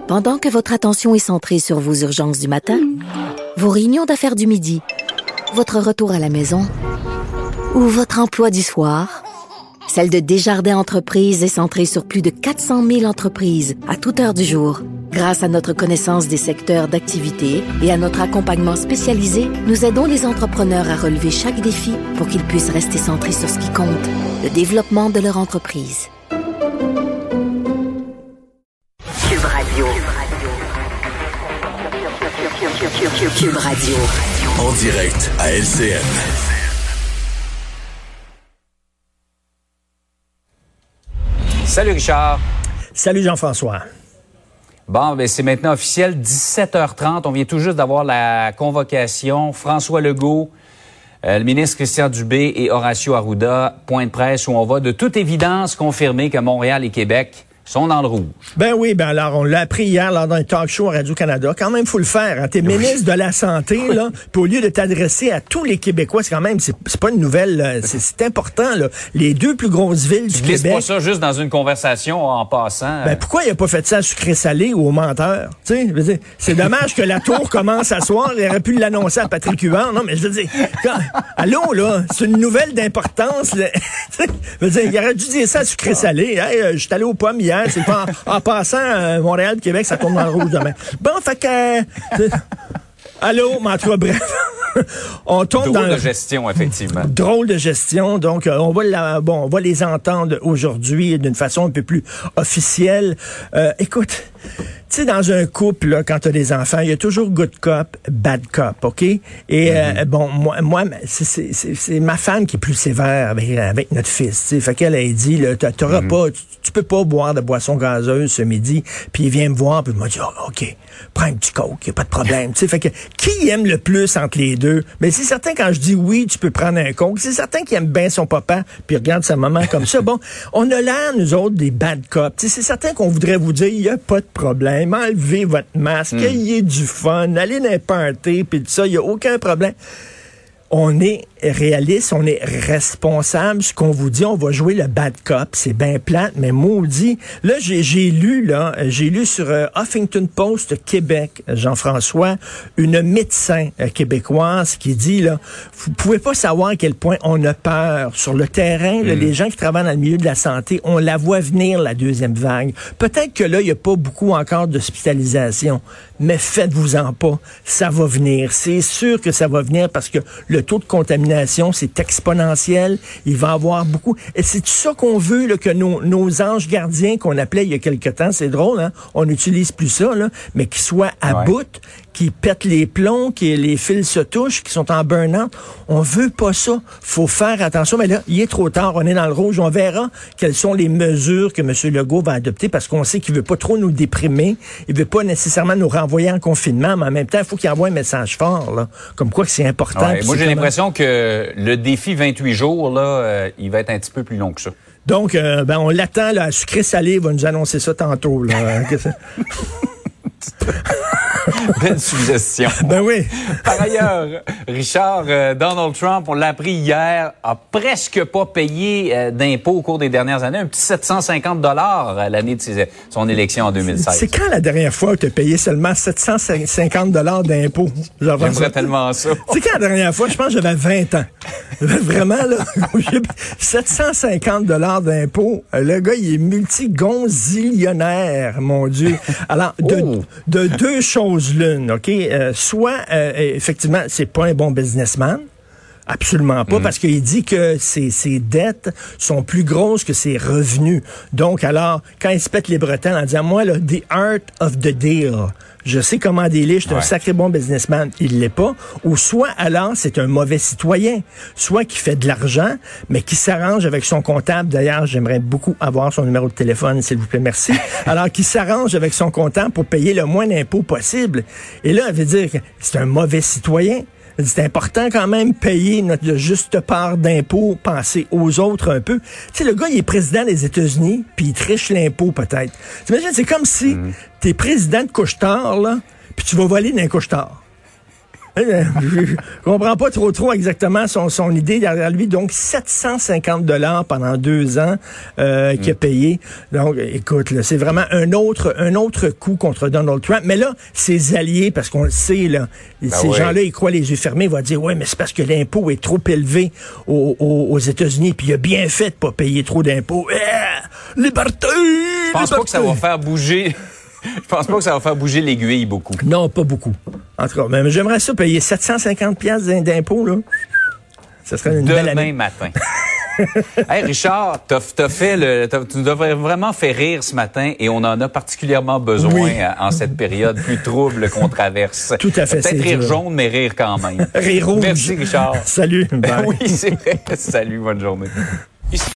Pendant que votre attention est centrée sur vos urgences du matin, vos réunions d'affaires du midi, votre retour à la maison ou votre emploi du soir, celle de Desjardins Entreprises est centrée sur plus de 400 000 entreprises à toute heure du jour. Grâce à notre connaissance des secteurs d'activité et à notre accompagnement spécialisé, nous aidons les entrepreneurs à relever chaque défi pour qu'ils puissent rester centrés sur ce qui compte, le développement de leur entreprise. Cube Radio. Cube Radio. En direct à LCN. Salut Richard. Salut Jean-François. Bon, ben c'est maintenant officiel, 17h30. On vient tout juste d'avoir la convocation. François Legault, le ministre Christian Dubé et Horacio Arruda, point de presse où on va de toute évidence confirmer que Montréal et Québec sont dans le rouge. Ben oui, ben alors on l'a appris hier lors d'un talk show à Radio-Canada. Quand même, faut le faire. Hein. T'es ministre de la Santé, là, puis au lieu de t'adresser à tous les Québécois, c'est quand même, c'est pas une nouvelle, c'est important, là. Les deux plus grosses villes du Québec. Tu pas ça juste dans une conversation en passant. Ben pourquoi il a pas fait ça à sucré-salé ou au menteur? Tu sais, c'est dommage que la tour commence à soir. Il aurait pu l'annoncer à Patrick Huard. Non, mais je veux dire, allô, là, c'est une nouvelle d'importance. Je veux dire, il aurait dû dire ça à sucré-salé. Hey, je suis allé aux pommes hier. C'est pas en passant, Montréal, Québec, ça tourne dans le rouge demain. Bon, fait que... allô, mais en tout cas, bref. On tombe drôle de gestion, effectivement. Drôle de gestion. Donc, on va les entendre aujourd'hui d'une façon un peu plus officielle. Écoute, tu sais, dans un couple, là, quand t'as des enfants, il y a toujours good cop, bad cop, OK? Et bon, moi, c'est ma femme qui est plus sévère avec notre fils. T'sais. Fait qu'elle a dit, là, t'auras pas, tu peux pas boire de boisson gazeuse ce midi. Puis il vient me voir, puis il m'a dit, oh, OK, prends un petit coke, y a pas de problème. T'sais, fait que qui aime le plus entre les deux? Mais c'est certain quand je dis oui, tu peux prendre un coke. C'est certain qu'il aime bien son papa, puis regarde sa maman comme ça. Bon, on a l'air, nous autres, des bad cops. T'sais, c'est certain qu'on voudrait vous dire, il y a pas de problème, enlevez votre masque, ayez du fun, allez dans les parties, puis tout ça, il y a aucun problème. On est réaliste, on est responsable. Ce qu'on vous dit, on va jouer le bad cop. C'est bien plate, mais maudit. Là, j'ai lu sur Huffington Post Québec, Jean-François, une médecin québécoise qui dit, là, vous pouvez pas savoir à quel point on a peur. Sur le terrain, là, les gens qui travaillent dans le milieu de la santé, on la voit venir, la deuxième vague. Peut-être que là, il n'y a pas beaucoup encore d'hospitalisation, mais faites-vous-en pas. Ça va venir. C'est sûr que ça va venir parce que le taux de contamination, c'est exponentiel. Il va y avoir beaucoup. Et c'est ça qu'on veut, là, que nos anges gardiens qu'on appelait il y a quelque temps, c'est drôle, hein? On n'utilise plus ça, là, mais qu'ils soient à bout, qui pètent les plombs, que les fils se touchent, qui sont en burn-out. On veut pas ça. Faut faire attention. Mais là, il est trop tard. On est dans le rouge. On verra quelles sont les mesures que M. Legault va adopter parce qu'on sait qu'il veut pas trop nous déprimer. Il veut pas nécessairement nous renvoyer en confinement, mais en même temps, il faut qu'il envoie un message fort, là. Comme quoi que c'est important. Ouais, moi, j'ai l'impression que le défi 28 jours, là, il va être un petit peu plus long que ça. Donc, on l'attend, là, à sucré-salé. Il va nous annoncer ça tantôt, là. Belle suggestion. Ben oui. Par ailleurs, Richard, Donald Trump, on l'a appris hier, a presque pas payé d'impôts au cours des dernières années. Un petit 750 $ à l'année de son élection en 2016. C'est quand la dernière fois que tu as payé seulement 750 $ d'impôts? J'aimerais tellement ça. C'est quand la dernière fois? Je pense que j'avais 20 ans. Vraiment, là, 750 $ d'impôts. Le gars, il est multigonzillionnaire, mon Dieu. Alors, de deux choses l'une, OK? Soit, effectivement, c'est pas un bon businessman. Absolument pas, parce qu'il dit que ses dettes sont plus grosses que ses revenus. Donc, alors, quand il se pète les bretelles en disant, moi, là, the art of the deal, je sais comment dealer, je suis un sacré bon businessman, il l'est pas. Ou soit, alors, c'est un mauvais citoyen. Soit qui fait de l'argent, mais qui s'arrange avec son comptable. D'ailleurs, j'aimerais beaucoup avoir son numéro de téléphone, s'il vous plaît, merci. Alors, qui s'arrange avec son comptable pour payer le moins d'impôts possible. Et là, elle veut dire que c'est un mauvais citoyen. C'est important quand même payer notre juste part d'impôts, penser aux autres un peu. Tu sais, le gars, il est président des États-Unis, puis il triche l'impôt peut-être. T'imagines, c'est comme si t'es président de couche-tard, là, puis tu vas voler d'un couche-tard. Je comprends pas trop exactement son idée derrière lui. Donc, 750 $ pendant 2 ans qu'il a payé. Donc, écoute, là, c'est vraiment un autre coup contre Donald Trump. Mais là, ses alliés, parce qu'on le sait, là, ces gens-là, ils croient les yeux fermés, ils vont dire, ouais, mais c'est parce que l'impôt est trop élevé aux États-Unis, puis il a bien fait de pas payer trop d'impôts. Liberté! Je pense pas que ça va faire bouger... Je pense pas que ça va faire bouger l'aiguille beaucoup. Non, pas beaucoup. En tout cas, mais j'aimerais ça payer 750$ d'impôts, là. Ça serait une belle année. Demain matin. Hey Richard, tu nous as vraiment fait rire ce matin et on en a particulièrement besoin en cette période plus trouble qu'on traverse. Tout à fait. Peut-être rire jaune, mais rire quand même. Rire rouge. Merci Richard. Salut. Bye. Oui, c'est vrai. Salut, bonne journée.